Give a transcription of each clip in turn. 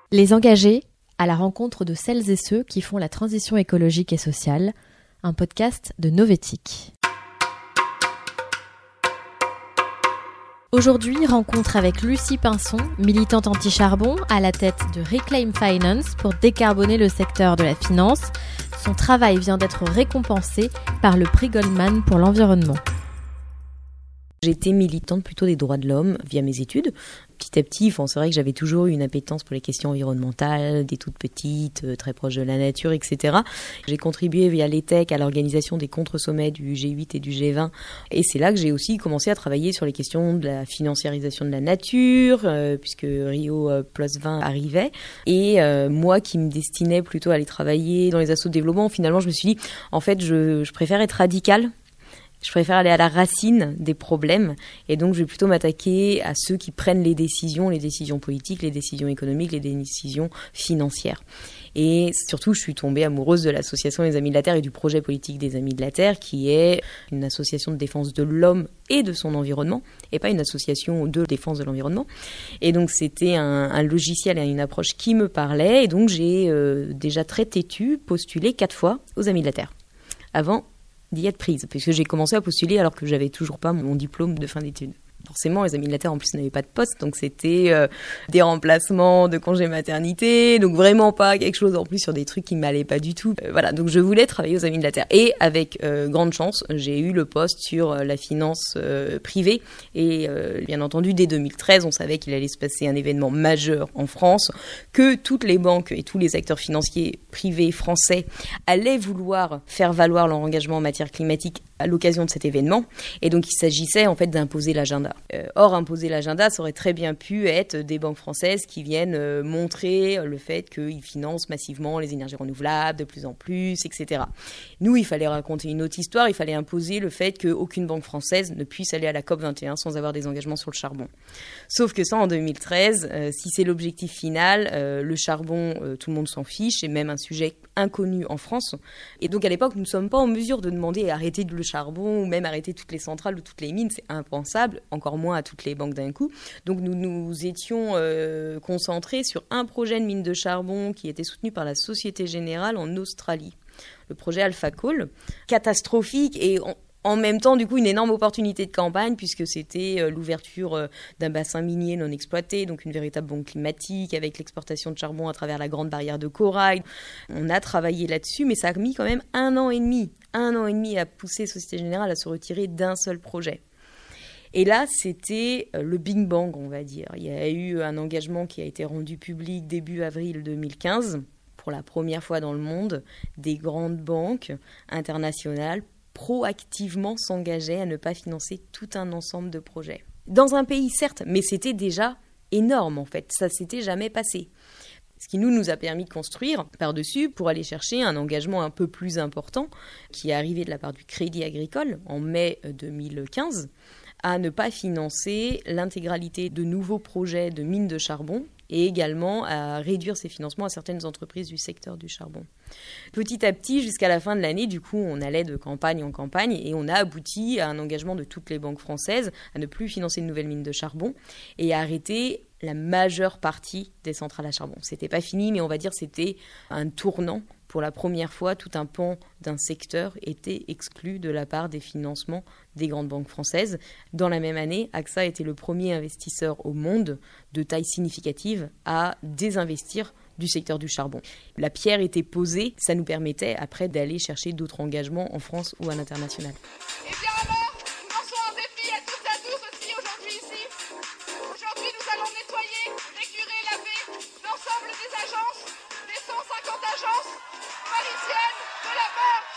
Les engagés à la rencontre de celles et ceux qui font la transition écologique et sociale, un podcast de Novetic. Aujourd'hui, rencontre avec Lucie Pinson, militante anti-charbon à la tête de Reclaim Finance pour décarboner le secteur de la finance. Son travail vient d'être récompensé par le prix Goldman pour l'environnement. J'étais militante plutôt des droits de l'homme via mes études. Petit à petit, c'est vrai que j'avais toujours eu une appétence pour les questions environnementales, des toutes petites, très proches de la nature, etc. J'ai contribué via l'ETEC à l'organisation des contre-sommets du G8 et du G20. Et c'est là que j'ai aussi commencé à travailler sur les questions de la financiarisation de la nature, puisque Rio Plus 20 arrivait. Et moi qui me destinais plutôt à aller travailler dans les assos de développement, finalement, je me suis dit, en fait, je préfère être radicale. Je préfère aller à la racine des problèmes et donc je vais plutôt m'attaquer à ceux qui prennent les décisions politiques, les décisions économiques, les décisions financières. Et surtout, je suis tombée amoureuse de l'association des Amis de la Terre et du projet politique des Amis de la Terre qui est une association de défense de l'homme et de son environnement et pas une association de défense de l'environnement. Et donc c'était un logiciel et une approche qui me parlait et donc j'ai déjà très têtu postulé 4 fois aux Amis de la Terre avant d'y être prise, puisque j'ai commencé à postuler alors que j'avais toujours pas mon diplôme de fin d'études. Forcément, les Amis de la Terre, en plus, n'avaient pas de poste, donc c'était des remplacements de congé maternité, donc vraiment pas quelque chose en plus sur des trucs qui m'allaient pas du tout. Voilà, donc je voulais travailler aux Amis de la Terre. Et avec grande chance, j'ai eu le poste sur la finance privée. Et bien entendu, dès 2013, on savait qu'il allait se passer un événement majeur en France, que toutes les banques et tous les acteurs financiers privés français allaient vouloir faire valoir leur engagement en matière climatique à l'occasion de cet événement. Et donc, il s'agissait en fait d'imposer l'agenda. Or, imposer l'agenda, ça aurait très bien pu être des banques françaises qui viennent montrer le fait qu'ils financent massivement les énergies renouvelables de plus en plus, etc. Nous, il fallait raconter une autre histoire, il fallait imposer le fait qu'aucune banque française ne puisse aller à la COP21 sans avoir des engagements sur le charbon. Sauf que ça, en 2013, si c'est l'objectif final, le charbon, tout le monde s'en fiche, c'est même un sujet inconnu en France. Et donc, à l'époque, nous ne sommes pas en mesure de demander à arrêter le charbon ou même arrêter toutes les centrales ou toutes les mines, c'est impensable, encore moins à toutes les banques d'un coup. Donc nous nous étions concentrés sur un projet de mine de charbon qui était soutenu par la Société Générale en Australie. Le projet Alpha Coal, catastrophique et en même temps, du coup, une énorme opportunité de campagne puisque c'était l'ouverture d'un bassin minier non exploité, donc une véritable bombe climatique avec l'exportation de charbon à travers la Grande Barrière de Corail. On a travaillé là-dessus, mais ça a mis quand même 1 an et demi à pousser Société Générale à se retirer d'un seul projet. Et là, c'était le Big Bang, on va dire. Il y a eu un engagement qui a été rendu public début avril 2015, pour la première fois dans le monde, des grandes banques internationales proactivement s'engageaient à ne pas financer tout un ensemble de projets. Dans un pays, certes, mais c'était déjà énorme, en fait. Ça ne s'était jamais passé. Ce qui nous a permis de construire par-dessus pour aller chercher un engagement un peu plus important qui est arrivé de la part du Crédit Agricole en mai 2015 à ne pas financer l'intégralité de nouveaux projets de mines de charbon et également à réduire ses financements à certaines entreprises du secteur du charbon. Petit à petit, jusqu'à la fin de l'année, du coup, on allait de campagne en campagne et on a abouti à un engagement de toutes les banques françaises à ne plus financer de nouvelles mines de charbon et à arrêter la majeure partie des centrales à charbon. C'était pas fini, mais on va dire c'était un tournant. Pour la première fois, tout un pan d'un secteur était exclu de la part des financements des grandes banques françaises. Dans la même année, AXA était le premier investisseur au monde de taille significative à désinvestir du secteur du charbon. La pierre était posée, ça nous permettait après d'aller chercher d'autres engagements en France ou à l'international. Et bien alors, nous lançons un défi à toutes et à tous aussi aujourd'hui ici. Aujourd'hui, nous allons nettoyer, récurer, laver l'ensemble des agences, des 150 agences parisiennes de la banque.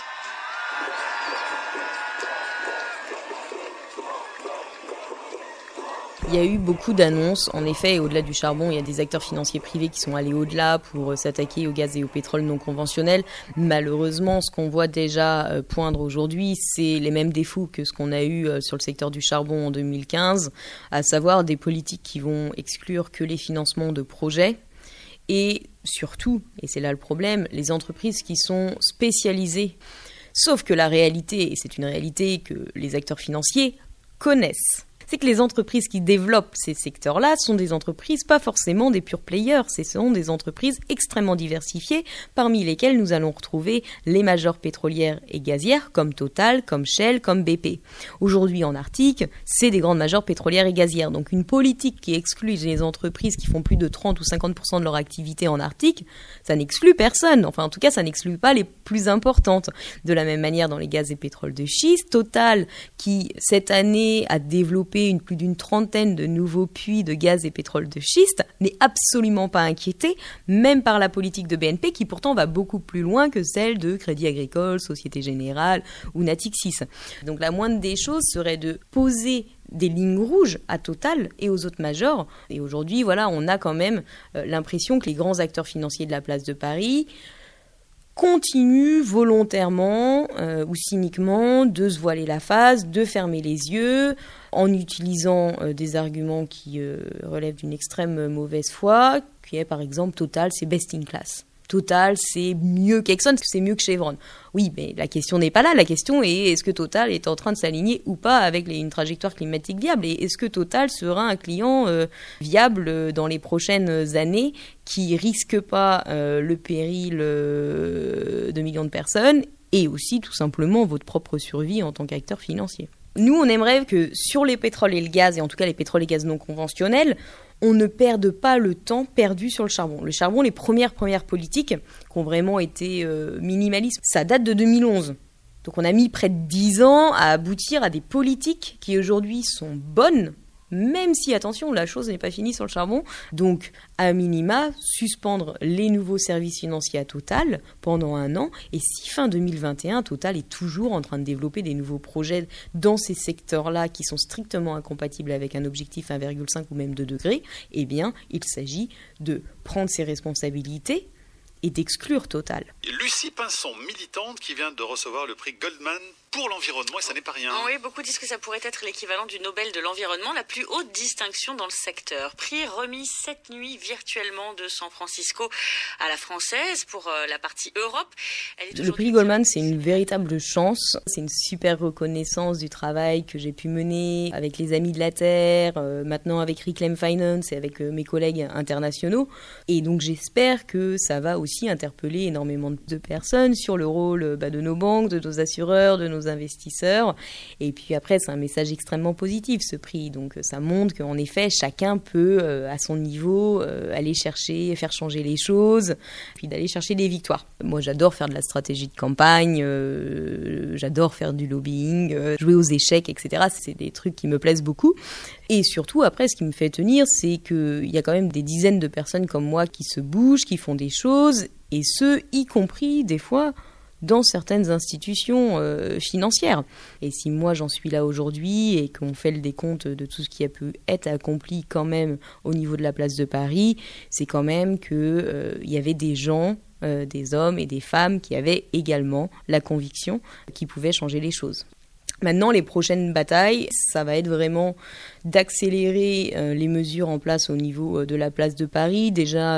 Il y a eu beaucoup d'annonces, en effet, et au-delà du charbon, il y a des acteurs financiers privés qui sont allés au-delà pour s'attaquer au gaz et au pétrole non conventionnel. Malheureusement, ce qu'on voit déjà poindre aujourd'hui, c'est les mêmes défauts que ce qu'on a eu sur le secteur du charbon en 2015, à savoir des politiques qui vont exclure que les financements de projets et surtout, et c'est là le problème, les entreprises qui sont spécialisées. Sauf que la réalité, et c'est une réalité que les acteurs financiers connaissent, c'est que les entreprises qui développent ces secteurs-là sont des entreprises pas forcément des pure players, ce sont des entreprises extrêmement diversifiées, parmi lesquelles nous allons retrouver les majors pétrolières et gazières, comme Total, comme Shell, comme BP. Aujourd'hui en Arctique, c'est des grandes majors pétrolières et gazières. Donc une politique qui exclut les entreprises qui font plus de 30 ou 50% de leur activité en Arctique, ça n'exclut personne. Enfin, en tout cas, ça n'exclut pas les plus importantes. De la même manière, dans les gaz et pétroles de schiste, Total, qui cette année a développé plus d'une trentaine de nouveaux puits de gaz et pétrole de schiste, n'est absolument pas inquiété, même par la politique de BNP, qui pourtant va beaucoup plus loin que celle de Crédit Agricole, Société Générale ou Natixis. Donc la moindre des choses serait de poser des lignes rouges à Total et aux autres majors. Et aujourd'hui, voilà, on a quand même l'impression que les grands acteurs financiers de la place de Paris continuent volontairement ou cyniquement de se voiler la face, de fermer les yeux, en utilisant des arguments qui relèvent d'une extrême mauvaise foi, qui est par exemple Total, c'est best in class. Total, c'est mieux qu'Exxon, c'est mieux que Chevron. Oui, mais la question n'est pas là. La question est, est-ce que Total est en train de s'aligner ou pas avec une trajectoire climatique viable ? Et est-ce que Total sera un client viable dans les prochaines années qui risque pas le péril de millions de personnes et aussi tout simplement votre propre survie en tant qu'acteur financier ? Nous, on aimerait que sur les pétroles et le gaz, et en tout cas les pétroles et gaz non conventionnels, on ne perde pas le temps perdu sur le charbon. Le charbon, les premières politiques qui ont vraiment été minimalistes, ça date de 2011. Donc on a mis près de 10 ans à aboutir à des politiques qui aujourd'hui sont bonnes, même si, attention, la chose n'est pas finie sur le charbon. Donc, à minima, suspendre les nouveaux services financiers à Total pendant 1 an. Et si fin 2021, Total est toujours en train de développer des nouveaux projets dans ces secteurs-là qui sont strictement incompatibles avec un objectif 1,5 ou même 2 degrés, eh bien, il s'agit de prendre ses responsabilités et d'exclure Total. Lucie Pinson, militante qui vient de recevoir le prix Goldman pour l'environnement, et ça n'est pas rien. Oui, beaucoup disent que ça pourrait être l'équivalent du Nobel de l'environnement, la plus haute distinction dans le secteur. Prix remis cette nuit virtuellement de San Francisco à la française pour la partie Europe. Le prix Goldman, c'est une véritable chance. C'est une super reconnaissance du travail que j'ai pu mener avec les Amis de la Terre, maintenant avec Reclaim Finance et avec mes collègues internationaux. Et donc j'espère que ça va aussi interpeller énormément de personnes sur le rôle de nos banques, de nos assureurs, de nos investisseurs. Et puis après, c'est un message extrêmement positif, ce prix. Donc ça montre qu'en effet, chacun peut, à son niveau, aller chercher, faire changer les choses, puis d'aller chercher des victoires. Moi, j'adore faire de la stratégie de campagne, j'adore faire du lobbying, jouer aux échecs, etc. C'est des trucs qui me plaisent beaucoup. Et surtout, après, ce qui me fait tenir, c'est qu'il y a quand même des dizaines de personnes comme moi qui se bougent, qui font des choses, et ce, y compris, des fois, dans certaines institutions financières. Et si moi j'en suis là aujourd'hui et qu'on fait le décompte de tout ce qui a pu être accompli quand même au niveau de la place de Paris, c'est quand même qu'il y avait des gens, des hommes et des femmes qui avaient également la conviction qu'ils pouvaient changer les choses. Maintenant, les prochaines batailles, ça va être vraiment d'accélérer les mesures en place au niveau de la place de Paris. Déjà,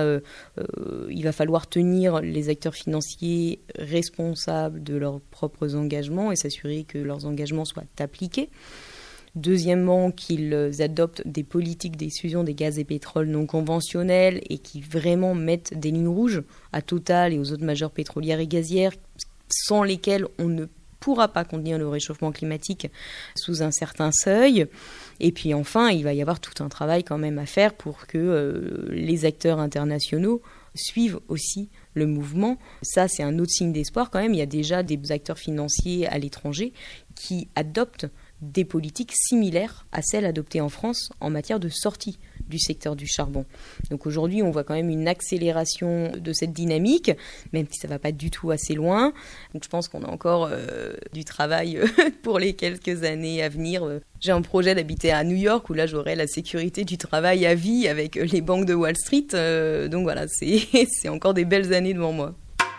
il va falloir tenir les acteurs financiers responsables de leurs propres engagements et s'assurer que leurs engagements soient appliqués. Deuxièmement, qu'ils adoptent des politiques d'exclusion des gaz et pétroles non conventionnels et qui vraiment mettent des lignes rouges à Total et aux autres majors pétrolières et gazières sans lesquelles on ne pourra pas contenir le réchauffement climatique sous un certain seuil. Et puis enfin, il va y avoir tout un travail quand même à faire pour que les acteurs internationaux suivent aussi le mouvement. Ça, c'est un autre signe d'espoir quand même. Il y a déjà des acteurs financiers à l'étranger qui adoptent des politiques similaires à celles adoptées en France en matière de sortie du secteur du charbon. Donc aujourd'hui, on voit quand même une accélération de cette dynamique, même si ça ne va pas du tout assez loin. Donc je pense qu'on a encore du travail pour les quelques années à venir. J'ai un projet d'habiter à New York où là, j'aurai la sécurité du travail à vie avec les banques de Wall Street. Donc voilà, c'est encore des belles années devant moi.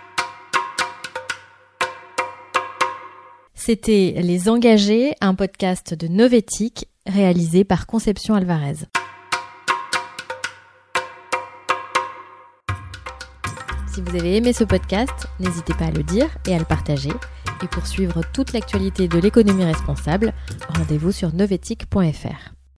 C'était Les Engagés, un podcast de Novetic réalisé par Conception Alvarez. Si vous avez aimé ce podcast, n'hésitez pas à le dire et à le partager. Et pour suivre toute l'actualité de l'économie responsable, rendez-vous sur novetic.fr.